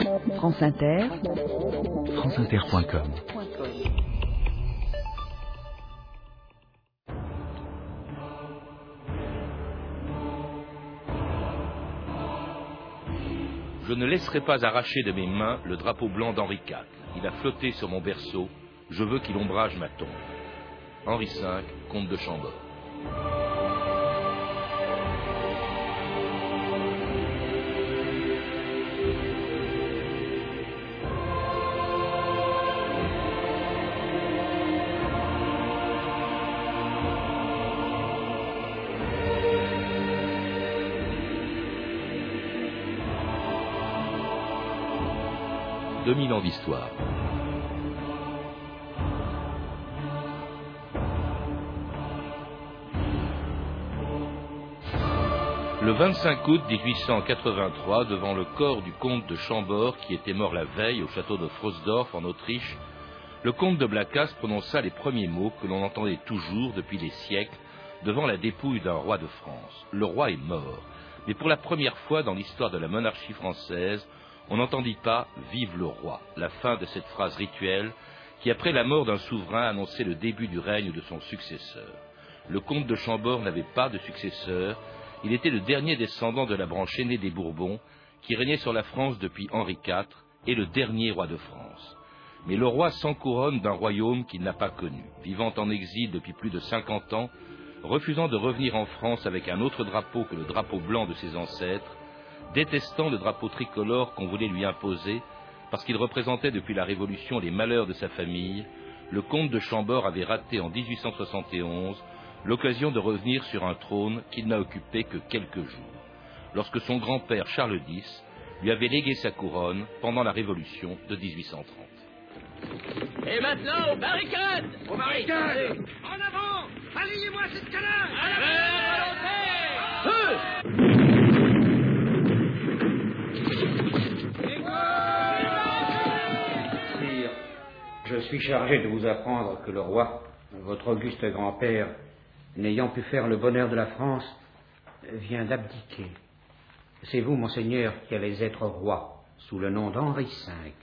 France Inter, franceinter.com. Je ne laisserai pas arracher de mes mains le drapeau blanc d'Henri IV. Il a flotté sur mon berceau. Je veux qu'il ombrage ma tombe. Henri V, comte de Chambord. « 2000 ans d'histoire. Le 25 août 1883, devant le corps du comte de Chambord, qui était mort la veille au château de Frosdorf en Autriche, le comte de Blacas prononça les premiers mots que l'on entendait toujours depuis des siècles devant la dépouille d'un roi de France. Le roi est mort, mais pour la première fois dans l'histoire de la monarchie française, on n'entendit pas « Vive le roi », la fin de cette phrase rituelle qui, après la mort d'un souverain, annonçait le début du règne de son successeur. Le comte de Chambord n'avait pas de successeur, il était le dernier descendant de la branche aînée des Bourbons qui régnait sur la France depuis Henri IV et le dernier roi de France. Mais le roi sans couronne d'un royaume qu'il n'a pas connu, vivant en exil depuis plus de 50 ans, refusant de revenir en France avec un autre drapeau que le drapeau blanc de ses ancêtres, détestant le drapeau tricolore qu'on voulait lui imposer, parce qu'il représentait depuis la Révolution les malheurs de sa famille, le comte de Chambord avait raté en 1871 l'occasion de revenir sur un trône qu'il n'a occupé que quelques jours, lorsque son grand-père Charles X lui avait légué sa couronne pendant la Révolution de 1830. Et maintenant, aux barricades! Aux barricades! En avant! Alignez-moi cette canard! Je suis chargé de vous apprendre que le roi, votre auguste grand-père, n'ayant pu faire le bonheur de la France, vient d'abdiquer. C'est vous, monseigneur, qui allez être roi, sous le nom d'Henri V.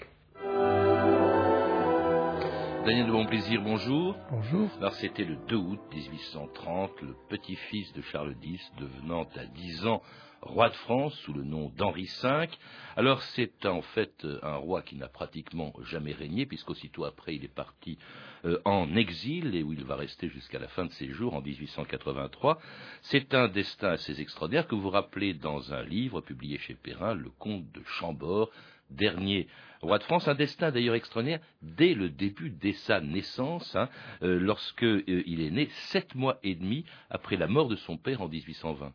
Daniel de Bonplaisir, bonjour. Bonjour. Alors c'était le 2 août 1830, le petit-fils de Charles X devenant à 10 ans roi de France sous le nom d'Henri V. Alors c'est en fait un roi qui n'a pratiquement jamais régné, puisqu'aussitôt après il est parti en exil et où il va rester jusqu'à la fin de ses jours en 1883. C'est un destin assez extraordinaire que vous rappelez dans un livre publié chez Perrin, Le Comte de Chambord, dernier roi de France, un destin d'ailleurs extraordinaire dès le début, dès sa naissance, lorsque il est né 7 mois et demi après la mort de son père en 1820.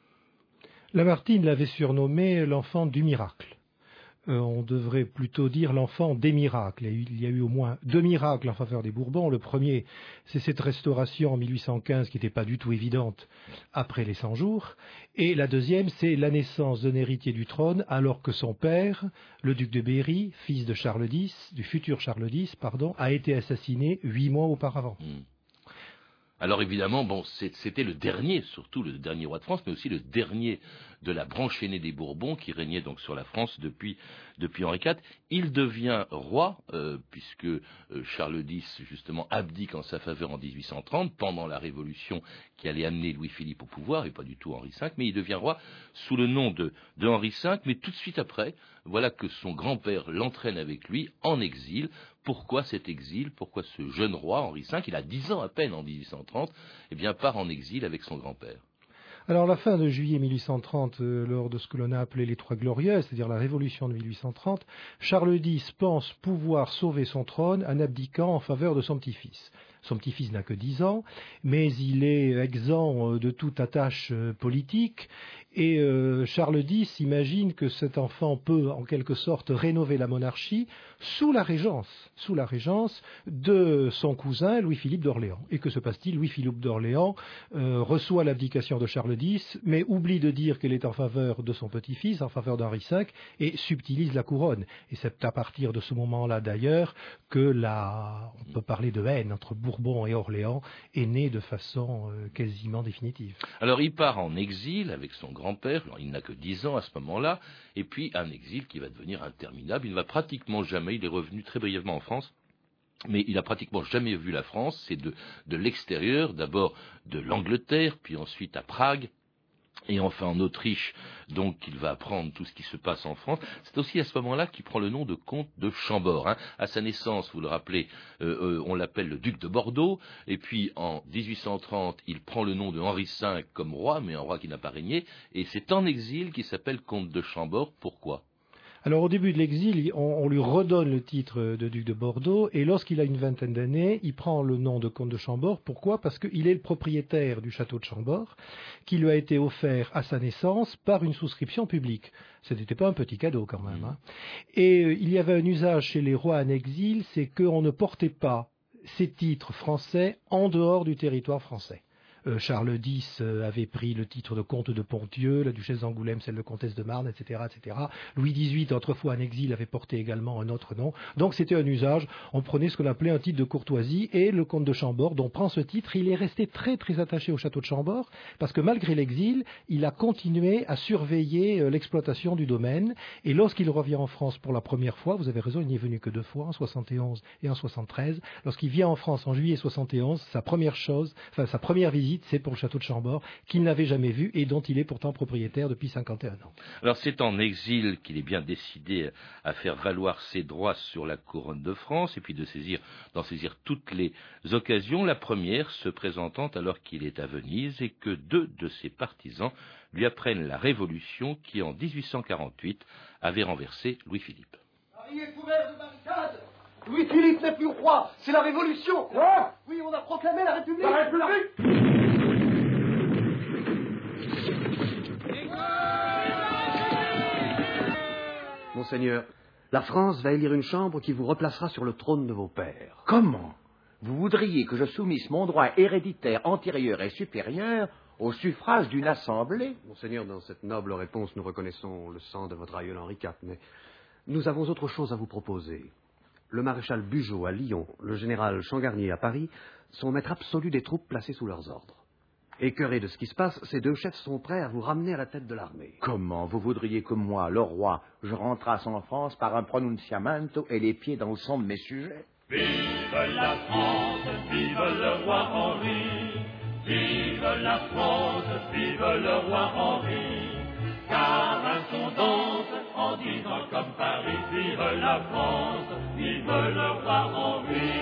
Lamartine l'avait surnommé l'enfant du miracle. On devrait plutôt dire l'enfant des miracles. Et il y a eu au moins 2 miracles en faveur des Bourbons. Le premier, c'est cette restauration en 1815 qui n'était pas du tout évidente après les 100 jours. Et la deuxième, c'est la naissance d'un héritier du trône alors que son père, le duc de Berry, fils de Charles X, du futur Charles X, a été assassiné 8 mois auparavant. Alors évidemment, c'était le dernier, surtout le dernier roi de France, mais aussi le dernier de la branche aînée des Bourbons qui régnait donc sur la France depuis Henri IV. Il devient roi, puisque Charles X justement abdique en sa faveur en 1830, pendant la Révolution qui allait amener Louis-Philippe au pouvoir, et pas du tout Henri V, mais il devient roi sous le nom de Henri V, mais tout de suite après, voilà que son grand-père l'entraîne avec lui en exil. Pourquoi cet exil? Pourquoi ce jeune roi, Henri V, il a 10 ans à peine en 1830, part en exil avec son grand-père? Alors la fin de juillet 1830, lors de ce que l'on a appelé les Trois Glorieuses, c'est-à-dire la Révolution de 1830, Charles X pense pouvoir sauver son trône en abdiquant en faveur de son petit-fils. Son petit-fils n'a que 10 ans, mais il est exempt de toute attache politique, et Charles X imagine que cet enfant peut en quelque sorte rénover la monarchie sous la régence de son cousin Louis-Philippe d'Orléans. Et que se passe-t-il? Louis-Philippe d'Orléans reçoit l'abdication de Charles X, mais oublie de dire qu'elle est en faveur de son petit-fils, en faveur d'Henri V, et subtilise la couronne. Et c'est à partir de ce moment-là d'ailleurs que on peut parler de haine entre Bourbon Bourbon et Orléans est né de façon quasiment définitive. Alors il part en exil avec son grand-père, il n'a que 10 ans à ce moment-là, et puis un exil qui va devenir interminable. Il ne va pratiquement jamais, il est revenu très brièvement en France, mais il n'a pratiquement jamais vu la France. C'est de l'extérieur, d'abord de l'Angleterre, puis ensuite à Prague, et enfin en Autriche, donc il va apprendre tout ce qui se passe en France. C'est aussi à ce moment-là qu'il prend le nom de comte de Chambord. À sa naissance, vous le rappelez, on l'appelle le duc de Bordeaux, et puis en 1830, il prend le nom de Henri V comme roi, mais un roi qui n'a pas régné, et c'est en exil qu'il s'appelle comte de Chambord. Pourquoi ? Alors au début de l'exil, on lui redonne le titre de duc de Bordeaux, et lorsqu'il a une vingtaine d'années, il prend le nom de comte de Chambord. Pourquoi ? Parce qu'il est le propriétaire du château de Chambord, qui lui a été offert à sa naissance par une souscription publique. Ce n'était pas un petit cadeau quand même. Et il y avait un usage chez les rois en exil, c'est qu'on ne portait pas ces titres français en dehors du territoire français. Charles X avait pris le titre de comte de Ponthieu, la duchesse d'Angoulême celle de comtesse de Marne, etc., etc. Louis XVIII, autrefois en exil, avait porté également un autre nom. Donc c'était un usage, on prenait ce qu'on appelait un titre de courtoisie, et le comte de Chambord, dont prend ce titre, il est resté très très attaché au château de Chambord, parce que malgré l'exil, il a continué à surveiller l'exploitation du domaine, et lorsqu'il revient en France pour la première fois, vous avez raison, il n'y est venu que 2 fois, en 71 et en 73, lorsqu'il vient en France en juillet 71, sa première visite, c'est pour le château de Chambord, qu'il n'avait jamais vu et dont il est pourtant propriétaire depuis 51 ans. Alors c'est en exil qu'il est bien décidé à faire valoir ses droits sur la couronne de France et puis d'en saisir toutes les occasions. La première se présentant alors qu'il est à Venise et que 2 de ses partisans lui apprennent la Révolution qui en 1848 avait renversé Louis-Philippe. Paris est couvert de barricades. Louis-Philippe n'est plus roi, c'est la Révolution. Quoi ? Oui, on a proclamé la République. La République ? Monseigneur, la France va élire une chambre qui vous replacera sur le trône de vos pères. Comment ? Vous voudriez que je soumisse mon droit héréditaire antérieur et supérieur au suffrage d'une assemblée ? Monseigneur, dans cette noble réponse, nous reconnaissons le sang de votre aïeul Henri IV, mais nous avons autre chose à vous proposer. Le maréchal Bugeaud à Lyon, le général Changarnier à Paris, sont maîtres absolus des troupes placées sous leurs ordres. Écœurés de ce qui se passe, ces 2 chefs sont prêts à vous ramener à la tête de l'armée. Comment vous voudriez que moi, le roi, je rentrasse en France par un pronunciamento et les pieds dans le sang de mes sujets ? Vive la France, vive le roi Henri. Vive la France, vive le roi Henri. Car un son danse en disant comme Paris. Vive la France, vive le roi Henri.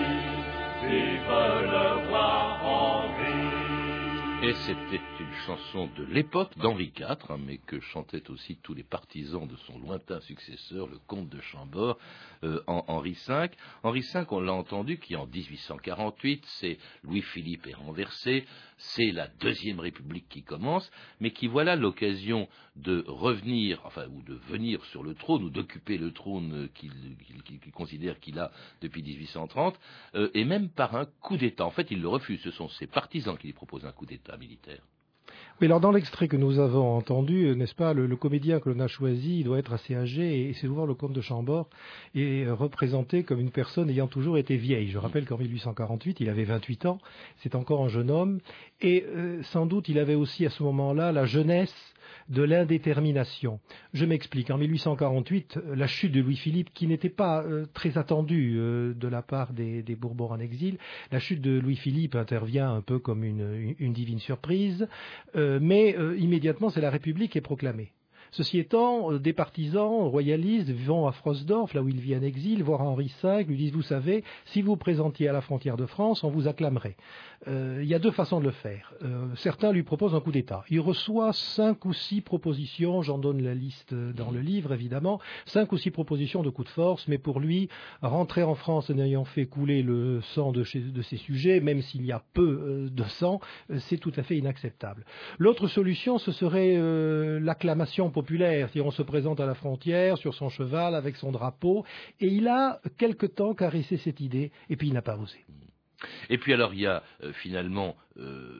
Vive le roi Henri. Et c'était une chanson de l'époque d'Henri IV, mais que chantaient aussi tous les partisans de son lointain successeur, le comte de Chambord, Henri V. Henri V, on l'a entendu, qui en 1848, c'est Louis-Philippe est renversé, c'est la Deuxième République qui commence, mais qui voilà l'occasion de revenir, ou de venir sur le trône, ou d'occuper le trône qu'il considère qu'il a depuis 1830, et même par un coup d'État. En fait, il le refuse, ce sont ses partisans qui lui proposent un coup d'État militaire. Oui, alors dans l'extrait que nous avons entendu, n'est-ce pas, le comédien que l'on a choisi, il doit être assez âgé, et c'est souvent le comte de Chambord est représenté comme une personne ayant toujours été vieille. Je rappelle qu'en 1848, il avait 28 ans, c'est encore un jeune homme, et sans doute il avait aussi à ce moment-là la jeunesse de l'indétermination. Je m'explique. En 1848, la chute de Louis-Philippe, qui n'était pas très attendue de la part des Bourbons en exil, la chute de Louis-Philippe intervient un peu comme une divine surprise, mais immédiatement, c'est la République qui est proclamée. Ceci étant, des partisans royalistes vont à Frosdorf, là où il vit en exil, voir Henri V, lui disent, vous savez, si vous présentiez à la frontière de France, on vous acclamerait. Il y a 2 façons de le faire. Certains lui proposent un coup d'État. Il reçoit 5 ou 6 propositions, j'en donne la liste dans le livre évidemment, 5 ou 6 propositions de coups de force, mais pour lui, rentrer en France en ayant fait couler le sang de ses sujets, même s'il y a peu de sang, c'est tout à fait inacceptable. L'autre solution, ce serait l'acclamation populaire, si on se présente à la frontière sur son cheval avec son drapeau, et il a quelque temps caressé cette idée, et puis il n'a pas osé. Et puis alors il y a finalement,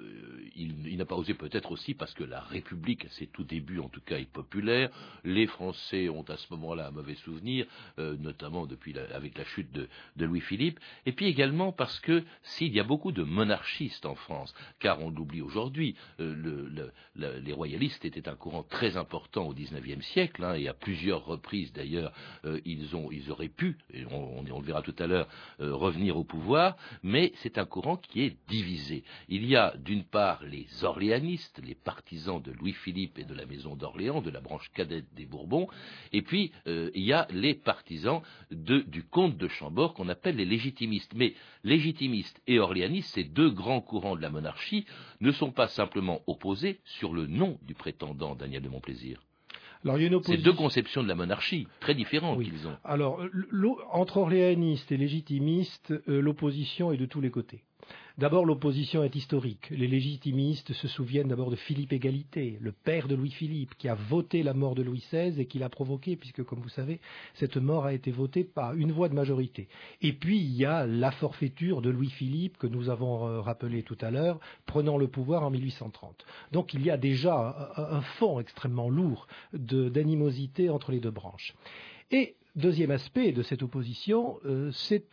il n'a pas osé, peut-être aussi parce que la République, à ses tout débuts en tout cas, est populaire. Les Français ont à ce moment-là un mauvais souvenir, notamment avec la chute de Louis-Philippe. Et puis également parce que s'il y a beaucoup de monarchistes en France, car on l'oublie aujourd'hui, les royalistes étaient un courant très important au XIXe siècle, et à plusieurs reprises d'ailleurs, ils auraient pu, et on le verra tout à l'heure, revenir au pouvoir, mais c'est un courant qui est divisé. Il y a d'une part les orléanistes, les partisans de Louis-Philippe et de la maison d'Orléans, de la branche cadette des Bourbons, et puis il y a les partisans du comte de Chambord qu'on appelle les légitimistes. Mais légitimistes et orléanistes, ces deux grands courants de la monarchie, ne sont pas simplement opposés sur le nom du prétendant Daniel de Montplaisir. Alors, il y a C'est deux conceptions de la monarchie très différentes qu'ils ont. Alors, entre orléanistes et légitimistes, l'opposition est de tous les côtés. D'abord, l'opposition est historique. Les légitimistes se souviennent d'abord de Philippe Égalité, le père de Louis-Philippe, qui a voté la mort de Louis XVI et qui l'a provoqué, puisque, comme vous savez, cette mort a été votée par une voix de majorité. Et puis, il y a la forfaiture de Louis-Philippe, que nous avons rappelé tout à l'heure, prenant le pouvoir en 1830. Donc, il y a déjà un fond extrêmement lourd d'animosité entre les deux branches. Et, deuxième aspect de cette opposition, c'est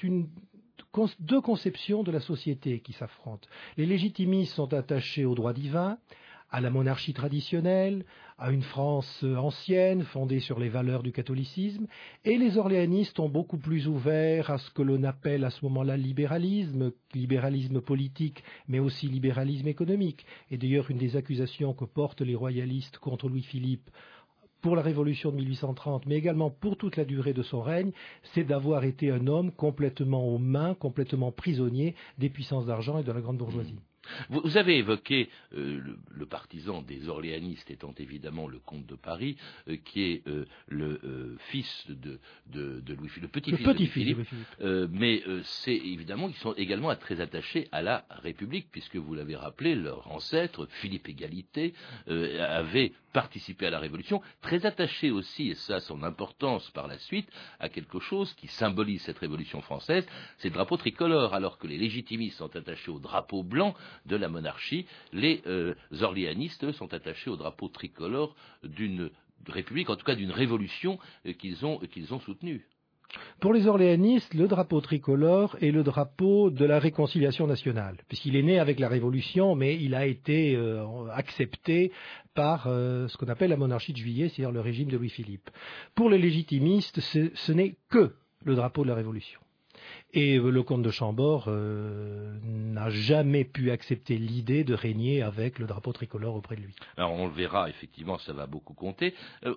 deux conceptions de la société qui s'affrontent. Les légitimistes sont attachés au droit divin, à la monarchie traditionnelle, à une France ancienne, fondée sur les valeurs du catholicisme, et les orléanistes sont beaucoup plus ouverts à ce que l'on appelle à ce moment-là libéralisme politique, mais aussi libéralisme économique. Et d'ailleurs, une des accusations que portent les royalistes contre Louis-Philippe pour la Révolution de 1830, mais également pour toute la durée de son règne, c'est d'avoir été un homme complètement aux mains, complètement prisonnier des puissances d'argent et de la grande bourgeoisie. Vous avez évoqué le partisan des orléanistes étant évidemment le comte de Paris, qui est le fils de Louis-Philippe, le petit-fils de Louis-Philippe, mais c'est évidemment qu'ils sont également très attachés à la République, puisque vous l'avez rappelé, leur ancêtre, Philippe Égalité, avait participé à la Révolution, très attaché aussi, et ça a son importance par la suite, à quelque chose qui symbolise cette Révolution française, c'est le drapeau tricolore, alors que les légitimistes sont attachés au drapeau blanc de la monarchie, les orléanistes, eux, sont attachés au drapeau tricolore d'une république, en tout cas d'une révolution qu'ils ont soutenue. Pour les orléanistes, le drapeau tricolore est le drapeau de la réconciliation nationale, puisqu'il est né avec la Révolution, mais il a été accepté par ce qu'on appelle la monarchie de Juillet, c'est-à-dire le régime de Louis-Philippe. Pour les légitimistes, ce n'est que le drapeau de la Révolution. Et le comte de Chambord n'a jamais pu accepter l'idée de régner avec le drapeau tricolore auprès de lui. Alors on le verra, effectivement, ça va beaucoup compter.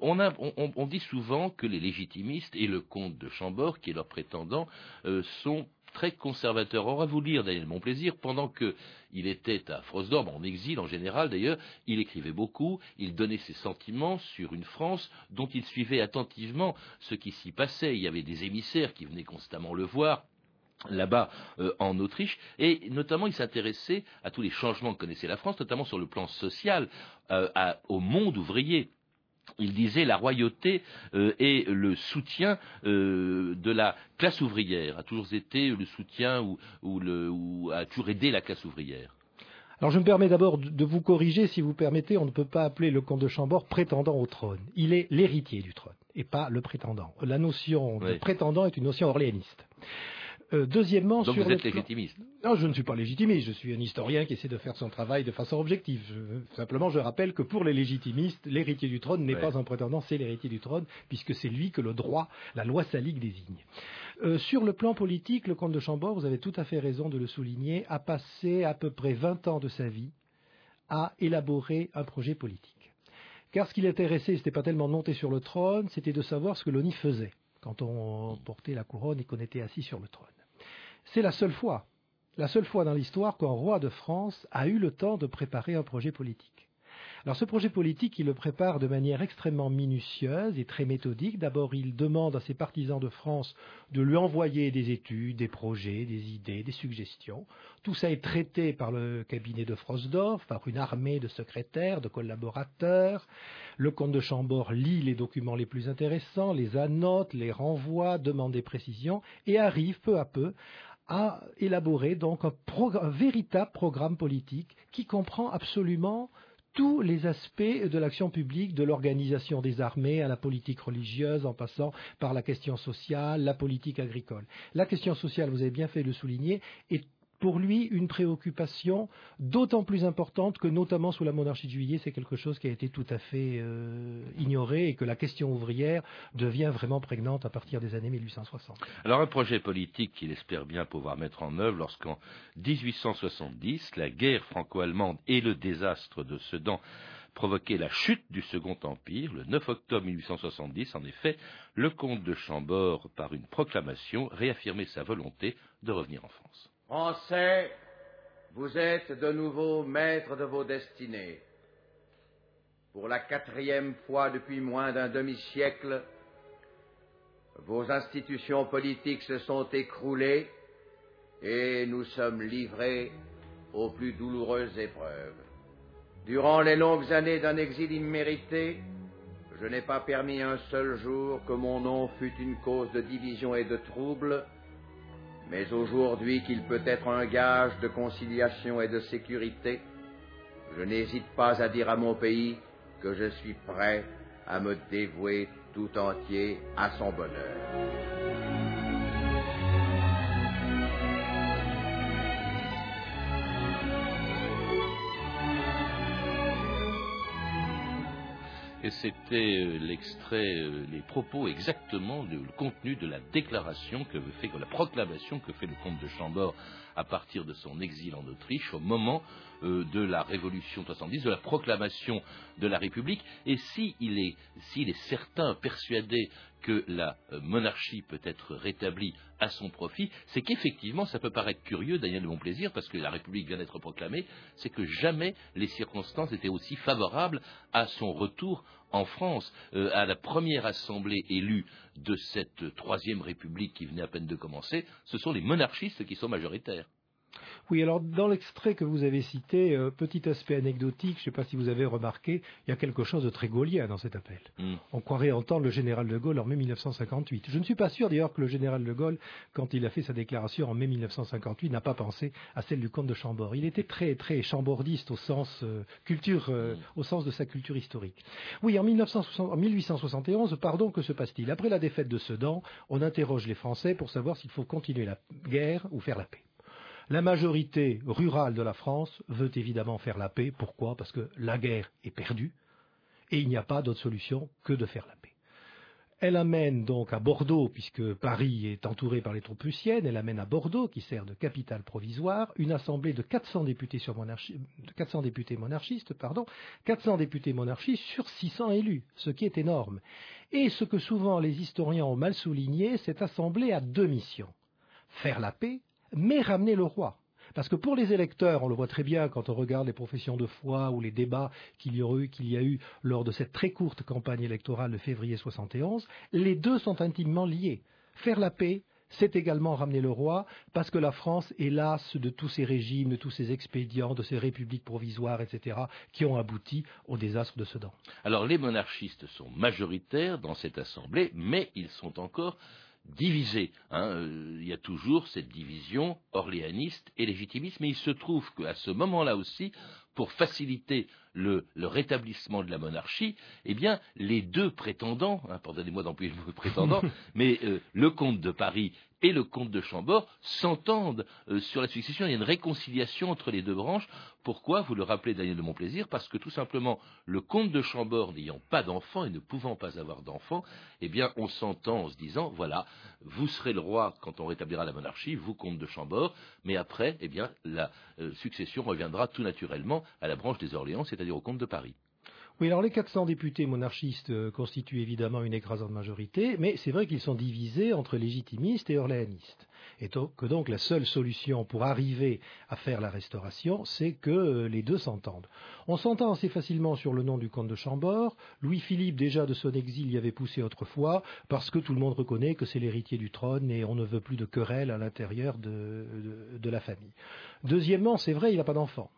On dit souvent que les légitimistes et le comte de Chambord, qui est leur prétendant, sont très conservateurs. On va vous lire Daniel Montplaisir, pendant qu'il était à Frosdorf, en exil en général d'ailleurs, il écrivait beaucoup, il donnait ses sentiments sur une France dont il suivait attentivement ce qui s'y passait. Il y avait des émissaires qui venaient constamment le voir là-bas en Autriche, et notamment il s'intéressait à tous les changements que connaissait la France, notamment sur le plan social, au monde ouvrier. Il disait la royauté et le soutien de la classe ouvrière a toujours été le soutien ou a toujours aidé la classe ouvrière. Alors je me permets d'abord de vous corriger, si vous permettez, on ne peut pas appeler le comte de Chambord prétendant au trône. Il est l'héritier du trône et pas le prétendant. La notion de prétendant est une notion orléaniste. Deuxièmement, donc sur vous êtes légitimiste? Non, je ne suis pas légitimiste, je suis un historien qui essaie de faire son travail de façon objective. Simplement, je rappelle que pour les légitimistes, l'héritier du trône n'est pas un prétendant, c'est l'héritier du trône, puisque c'est lui que le droit, la loi salique désigne. Sur le plan politique, le comte de Chambord, vous avez tout à fait raison de le souligner, a passé à peu près 20 ans de sa vie à élaborer un projet politique. Car ce qui l'intéressait, ce n'était pas tellement de monter sur le trône, c'était de savoir ce que l'on y faisait quand on portait la couronne et qu'on était assis sur le trône. C'est la seule fois dans l'histoire qu'un roi de France a eu le temps de préparer un projet politique. Alors ce projet politique, il le prépare de manière extrêmement minutieuse et très méthodique. D'abord, il demande à ses partisans de France de lui envoyer des études, des projets, des idées, des suggestions. Tout ça est traité par le cabinet de Frosdorf, par une armée de secrétaires, de collaborateurs. Le comte de Chambord lit les documents les plus intéressants, les annote, les renvoie, demande des précisions et arrive peu à peu a élaboré donc un véritable programme politique qui comprend absolument tous les aspects de l'action publique, de l'organisation des armées à la politique religieuse, en passant par la question sociale, la politique agricole. La question sociale, vous avez bien fait de le souligner, est pour lui une préoccupation d'autant plus importante que, notamment sous la monarchie de Juillet, c'est quelque chose qui a été tout à fait ignoré et que la question ouvrière devient vraiment prégnante à partir des années 1860. Alors un projet politique qu'il espère bien pouvoir mettre en œuvre lorsqu'en 1870, la guerre franco-allemande et le désastre de Sedan provoquaient la chute du Second Empire. Le 9 octobre 1870, en effet, le comte de Chambord, par une proclamation, réaffirmait sa volonté de revenir en France. Français, vous êtes de nouveau maîtres de vos destinées. Pour la 4e fois depuis moins d'un demi-siècle, vos institutions politiques se sont écroulées et nous sommes livrés aux plus douloureuses épreuves. Durant les longues années d'un exil immérité, je n'ai pas permis un seul jour que mon nom fût une cause de division et de trouble, mais aujourd'hui qu'il peut être un gage de conciliation et de sécurité, je n'hésite pas à dire à mon pays que je suis prêt à me dévouer tout entier à son bonheur. Et c'était l'extrait, les propos exactement, le contenu de la déclaration la proclamation que fait le comte de Chambord à partir de son exil en Autriche au moment de la Révolution 70, de la proclamation de la République. Et s'il est certain, persuadé que la monarchie peut être rétablie à son profit, c'est qu'effectivement, ça peut paraître curieux, Daniel de Montplaisir, parce que la République vient d'être proclamée, c'est que jamais les circonstances étaient aussi favorables à son retour en France. À la première assemblée élue de cette Troisième République qui venait à peine de commencer, ce sont les monarchistes qui sont majoritaires. Oui, alors dans l'extrait que vous avez cité, petit aspect anecdotique, je ne sais pas si vous avez remarqué, il y a quelque chose de très gaullien dans cet appel. On croirait entendre le général de Gaulle en mai 1958. Je ne suis pas sûr d'ailleurs que le général de Gaulle, quand il a fait sa déclaration en mai 1958, n'a pas pensé à celle du comte de Chambord. Il était très, très chambordiste au sens au sens de sa culture historique. Oui, en 1871, que se passe-t-il? Après la défaite de Sedan, on interroge les Français pour savoir s'il faut continuer la guerre ou faire la paix. La majorité rurale de la France veut évidemment faire la paix. Pourquoi? Parce que la guerre est perdue et il n'y a pas d'autre solution que de faire la paix. Elle amène donc à Bordeaux, puisque Paris est entouré par les troupes prussiennes, elle amène à Bordeaux, qui sert de capitale provisoire, une assemblée de 400 députés monarchistes, 400 députés monarchistes sur 600 élus, ce qui est énorme. Et ce que souvent les historiens ont mal souligné, cette assemblée a deux missions. Faire la paix, mais ramener le roi. Parce que pour les électeurs, on le voit très bien quand on regarde les professions de foi ou les débats qu'il y a eu lors de cette très courte campagne électorale de février 71, les deux sont intimement liés. Faire la paix, c'est également ramener le roi, parce que la France est lasse de tous ces régimes, de tous ces expédients, de ces républiques provisoires, etc., qui ont abouti au désastre de Sedan. Alors les monarchistes sont majoritaires dans cette assemblée, mais ils sont encore divisés. Il y a toujours cette division orléaniste et légitimiste, mais il se trouve qu'à ce moment-là aussi, pour faciliter le rétablissement de la monarchie, eh bien, les deux prétendants, pardonnez-moi d'employer le mot prétendant, mais le comte de Paris et le comte de Chambord s'entendent sur la succession. Il y a une réconciliation entre les deux branches. Pourquoi? Vous le rappelez, Daniel de Montplaisir, parce que tout simplement, le comte de Chambord n'ayant pas d'enfants et ne pouvant pas avoir d'enfants, eh bien, on s'entend en se disant, voilà, vous serez le roi quand on rétablira la monarchie, vous, comte de Chambord, mais après, eh bien, la succession reviendra tout naturellement à la branche des Orléans, c'est-à-dire au comte de Paris. Oui, alors les 400 députés monarchistes constituent évidemment une écrasante majorité, mais c'est vrai qu'ils sont divisés entre légitimistes et orléanistes. Et que donc la seule solution pour arriver à faire la restauration, c'est que les deux s'entendent. On s'entend assez facilement sur le nom du comte de Chambord. Louis-Philippe, déjà de son exil, y avait poussé autrefois, parce que tout le monde reconnaît que c'est l'héritier du trône et on ne veut plus de querelles à l'intérieur de la famille. Deuxièmement, c'est vrai, il n'a pas d'enfant.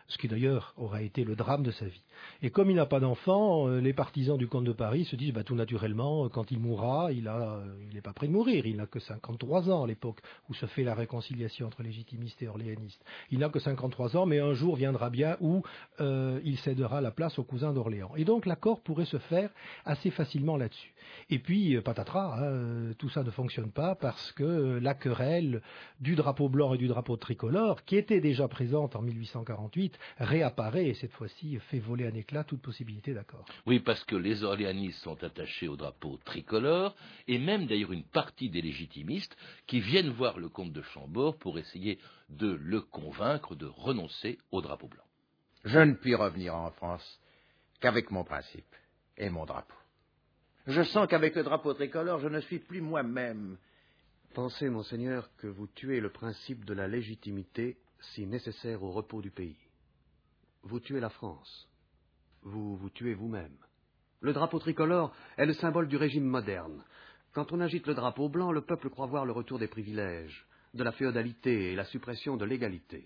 ce qui d'ailleurs aura été le drame de sa vie. Et comme il n'a pas d'enfant, les partisans du comte de Paris se disent tout naturellement, quand il mourra, il n'est pas près de mourir, il n'a que 53 ans à l'époque où se fait la réconciliation entre légitimistes et orléanistes. Il n'a que 53 ans, mais un jour viendra bien où il cédera la place au cousin d'Orléans. Et donc l'accord pourrait se faire assez facilement là-dessus. Et puis, patatras, tout ça ne fonctionne pas parce que la querelle du drapeau blanc et du drapeau tricolore, qui était déjà présente en 1848, réapparaît et cette fois-ci fait voler un éclat toute possibilité d'accord. Oui, parce que les orléanistes sont attachés au drapeau tricolore et même d'ailleurs une partie des légitimistes qui viennent voir le comte de Chambord pour essayer de le convaincre de renoncer au drapeau blanc. Je ne puis revenir en France qu'avec mon principe et mon drapeau. Je sens qu'avec le drapeau tricolore, je ne suis plus moi-même. Pensez, monseigneur, que vous tuez le principe de la légitimité si nécessaire au repos du pays. Vous tuez la France. Vous vous tuez vous-même. Le drapeau tricolore est le symbole du régime moderne. Quand on agite le drapeau blanc, le peuple croit voir le retour des privilèges, de la féodalité et la suppression de l'égalité.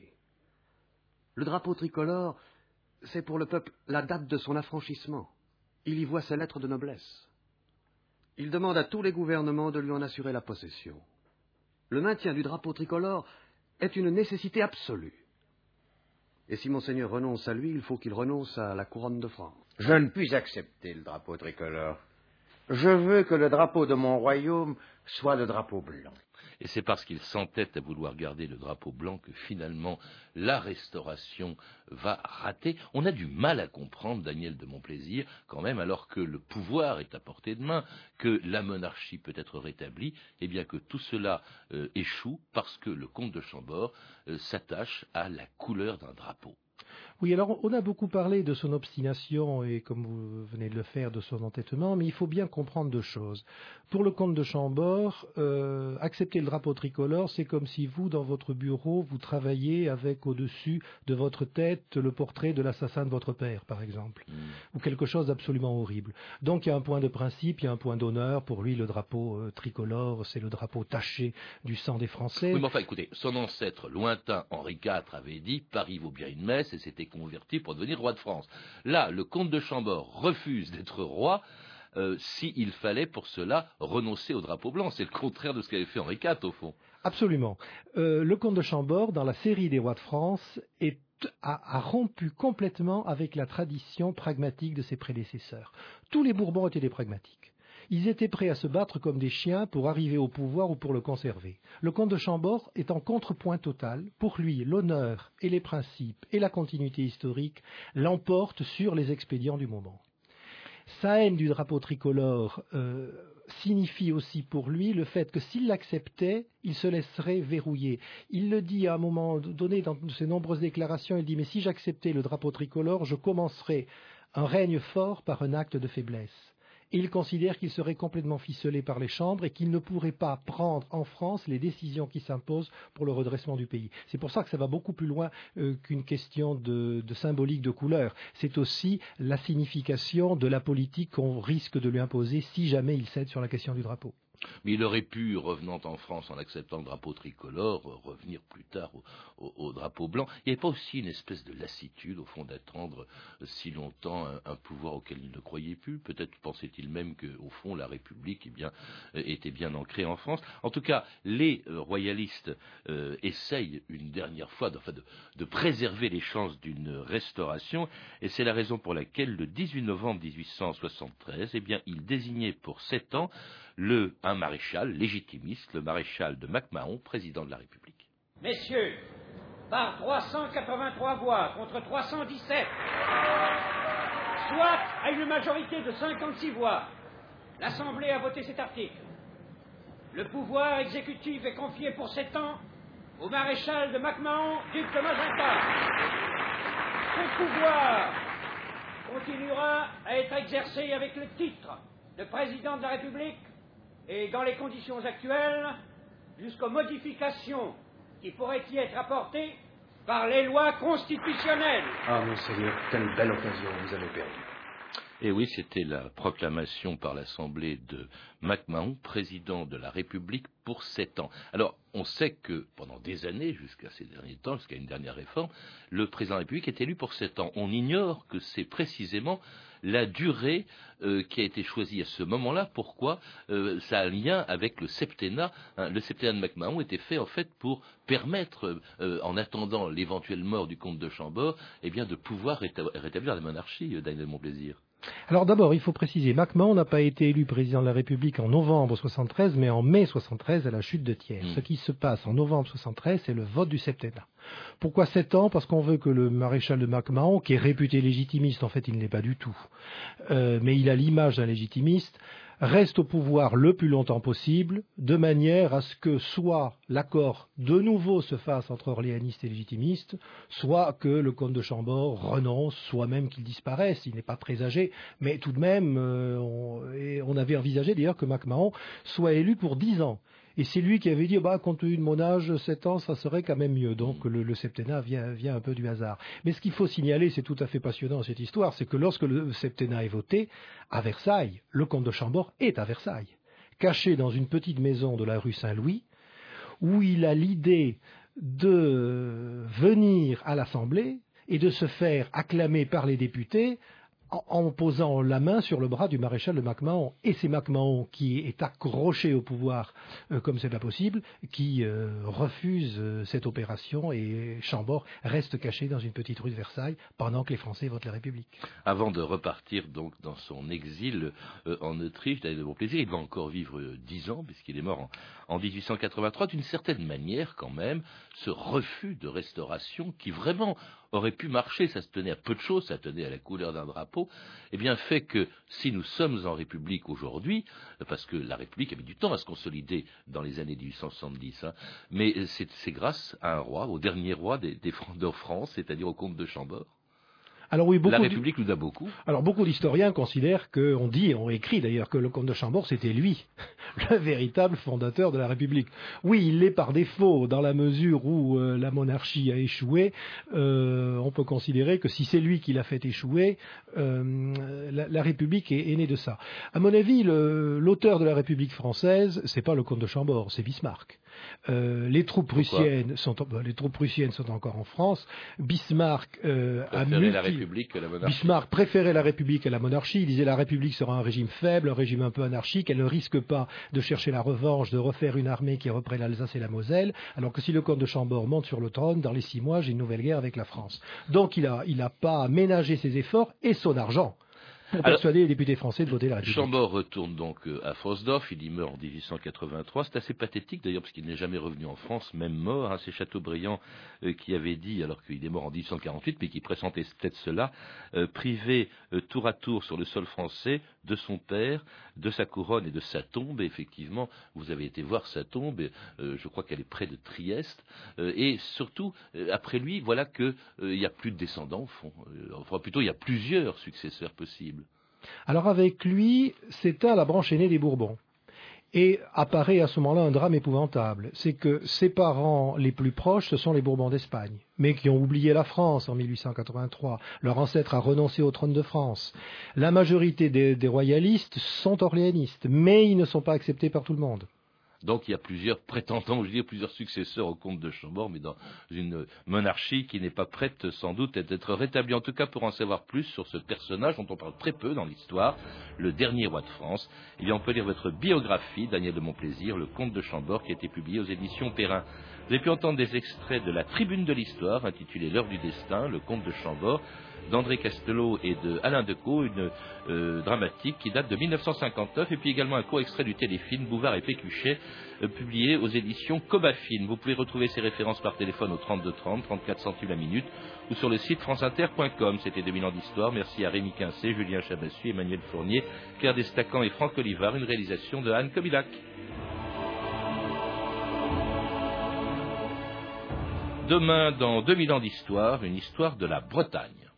Le drapeau tricolore, c'est pour le peuple la date de son affranchissement. Il y voit ses lettres de noblesse. Il demande à tous les gouvernements de lui en assurer la possession. Le maintien du drapeau tricolore est une nécessité absolue. Et si monseigneur renonce à lui, il faut qu'il renonce à la couronne de France. Je ne puis accepter le drapeau tricolore. Je veux que le drapeau de mon royaume soit le drapeau blanc. Et c'est parce qu'il s'entête à vouloir garder le drapeau blanc que finalement la Restauration va rater. On a du mal à comprendre, Daniel de Montplaisir, quand même, alors que le pouvoir est à portée de main, que la monarchie peut être rétablie, et bien que tout cela échoue parce que le comte de Chambord s'attache à la couleur d'un drapeau. Oui, alors on a beaucoup parlé de son obstination et, comme vous venez de le faire, de son entêtement, mais il faut bien comprendre deux choses. Pour le comte de Chambord, accepter le drapeau tricolore, c'est comme si vous, dans votre bureau, vous travailliez avec au-dessus de votre tête le portrait de l'assassin de votre père, par exemple, ou quelque chose d'absolument horrible. Donc il y a un point de principe, il y a un point d'honneur. Pour lui, le drapeau tricolore, c'est le drapeau taché du sang des Français. Oui, mais enfin, écoutez, son ancêtre lointain, Henri IV, avait dit « Paris vaut bien une messe » et s'était converti pour devenir roi de France. Là, le comte de Chambord refuse d'être roi s'il fallait pour cela renoncer au drapeau blanc. C'est le contraire de ce qu'avait fait Henri IV, au fond. Absolument. Le comte de Chambord, dans la série des rois de France, a rompu complètement avec la tradition pragmatique de ses prédécesseurs. Tous les Bourbons étaient des pragmatiques. Ils étaient prêts à se battre comme des chiens pour arriver au pouvoir ou pour le conserver. Le comte de Chambord est en contrepoint total. Pour lui, l'honneur et les principes et la continuité historique l'emportent sur les expédients du moment. Sa haine du drapeau tricolore signifie aussi pour lui le fait que s'il l'acceptait, il se laisserait verrouiller. Il le dit à un moment donné dans ses nombreuses déclarations, il dit « Mais si j'acceptais le drapeau tricolore, je commencerais un règne fort par un acte de faiblesse. » Et il considère qu'il serait complètement ficelé par les chambres et qu'il ne pourrait pas prendre en France les décisions qui s'imposent pour le redressement du pays. C'est pour ça que ça va beaucoup plus loin qu'une question de symbolique de couleur. C'est aussi la signification de la politique qu'on risque de lui imposer si jamais il cède sur la question du drapeau. Mais il aurait pu, revenant en France en acceptant le drapeau tricolore, revenir plus tard au drapeau blanc. Il n'y avait pas aussi une espèce de lassitude, au fond, d'attendre si longtemps un pouvoir auquel il ne croyait plus. Peut-être pensait-il même qu'au fond, la République était bien ancrée en France. En tout cas, les royalistes essayent une dernière fois de préserver les chances d'une restauration, et c'est la raison pour laquelle, le 18 novembre 1873, eh bien, il désignait pour 7 ans un maréchal légitimiste, le maréchal de MacMahon, président de la République. Messieurs, par 383 voix contre 317, soit à une majorité de 56 voix, l'Assemblée a voté cet article. Le pouvoir exécutif est confié pour 7 ans au maréchal de MacMahon, duc de Magenta. Ce pouvoir continuera à être exercé avec le titre de président de la République et dans les conditions actuelles, jusqu'aux modifications qui pourraient y être apportées par les lois constitutionnelles. Ah, monseigneur, quelle belle occasion vous avez perdue. Et oui, c'était la proclamation par l'Assemblée de MacMahon, président de la République pour 7 ans. Alors, on sait que pendant des années, jusqu'à ces derniers temps, jusqu'à une dernière réforme, le président de la République est élu pour 7 ans. On ignore que c'est précisément la durée qui a été choisie à ce moment-là. Pourquoi? Ça a un lien avec le septennat. Le septennat de MacMahon était fait en fait pour permettre, en attendant l'éventuelle mort du comte de Chambord, eh bien, de pouvoir rétablir la monarchie, Daniel Montplaisir. Alors d'abord, il faut préciser, MacMahon n'a pas été élu président de la République en novembre 73, mais en mai 73 à la chute de Thiers. Ce qui se passe en novembre 73, c'est le vote du septennat. Pourquoi 7 ans? Parce qu'on veut que le maréchal de MacMahon, qui est réputé légitimiste, en fait il ne l'est pas du tout, mais il a l'image d'un légitimiste, reste au pouvoir le plus longtemps possible, de manière à ce que soit l'accord de nouveau se fasse entre orléanistes et légitimistes, soit que le comte de Chambord renonce, soit même qu'il disparaisse. Il n'est pas très âgé, mais tout de même, on avait envisagé d'ailleurs que MacMahon soit élu pour 10 ans. Et c'est lui qui avait dit, compte tenu de mon âge, 7 ans, ça serait quand même mieux. Donc le septennat vient un peu du hasard. Mais ce qu'il faut signaler, c'est tout à fait passionnant cette histoire, c'est que lorsque le septennat est voté, à Versailles, le comte de Chambord est à Versailles, caché dans une petite maison de la rue Saint-Louis, où il a l'idée de venir à l'Assemblée et de se faire acclamer par les députés en posant la main sur le bras du maréchal de MacMahon. Et c'est MacMahon qui est accroché au pouvoir, comme c'est pas possible, qui refuse cette opération, et Chambord reste caché dans une petite rue de Versailles pendant que les Français votent la République. Avant de repartir donc dans son exil en Autriche, Daniel Montplaisir, il va encore vivre 10 ans, puisqu'il est mort en 1883. D'une certaine manière, quand même, ce refus de restauration qui vraiment aurait pu marcher, ça se tenait à peu de choses, ça tenait à la couleur d'un drapeau, eh bien fait que si nous sommes en République aujourd'hui, parce que la République a mis du temps à se consolider dans les années 1870, mais c'est grâce à un roi, au dernier roi de France, c'est-à-dire au comte de Chambord. Alors oui, la République nous a beaucoup. Alors beaucoup d'historiens considèrent qu'on dit, on écrit d'ailleurs que le comte de Chambord c'était lui, le véritable fondateur de la République. Oui, il l'est par défaut, dans la mesure où la monarchie a échoué. On peut considérer que si c'est lui qui l'a fait échouer, la République est née de ça. À mon avis, l'auteur de la République française, c'est pas le comte de Chambord, c'est Bismarck. Les troupes prussiennes sont encore en France. Bismarck Bismarck préférait la République à la monarchie. Il disait la République sera un régime faible, un régime un peu anarchique. Elle ne risque pas de chercher la revanche, de refaire une armée qui reprenne l'Alsace et la Moselle. Alors que si le comte de Chambord monte sur le trône, dans les 6 mois, j'ai une nouvelle guerre avec la France. Donc il a pas ménagé ses efforts et son argent pour persuader les députés français de voter la République. Chambord retourne donc à Frosdorf, il y meurt en 1883. C'est assez pathétique d'ailleurs, parce qu'il n'est jamais revenu en France, même mort. C'est Chateaubriand qui avait dit, alors qu'il est mort en 1848, mais qui pressentait peut-être cela, privé tour à tour sur le sol français de son père, de sa couronne et de sa tombe. Et effectivement, vous avez été voir sa tombe, je crois qu'elle est près de Trieste. Et surtout, après lui, voilà qu'il n'y a plus de descendants au fond. Enfin, plutôt, il y a plusieurs successeurs possibles. Alors avec lui, s'éteint la branche aînée des Bourbons. Et apparaît à ce moment-là un drame épouvantable. C'est que ses parents les plus proches, ce sont les Bourbons d'Espagne, mais qui ont oublié la France en 1883. Leur ancêtre a renoncé au trône de France. La majorité des royalistes sont orléanistes, mais ils ne sont pas acceptés par tout le monde. Donc il y a plusieurs prétendants, plusieurs successeurs au comte de Chambord, mais dans une monarchie qui n'est pas prête sans doute d'être rétablie. En tout cas, pour en savoir plus sur ce personnage dont on parle très peu dans l'histoire, le dernier roi de France, on peut lire votre biographie, Daniel de Montplaisir, le comte de Chambord, qui a été publié aux éditions Perrin. Vous avez pu entendre des extraits de la Tribune de l'Histoire, intitulée L'heure du destin, le comte de Chambord, d'André Castelot et de Alain Decaux, une dramatique qui date de 1959, et puis également un court extrait du téléfilm Bouvard et Pécuchet, publié aux éditions Cobafilm. Vous pouvez retrouver ces références par téléphone au 32 30, 34 centimes la minute, ou sur le site franceinter.com. C'était 2000 ans d'histoire. Merci à Rémi Quincé, Julien Chamassu, Emmanuel Fournier, Claire Destacan et Franck Olivard, une réalisation de Anne Kobilac. Demain, dans 2000 ans d'histoire, une histoire de la Bretagne.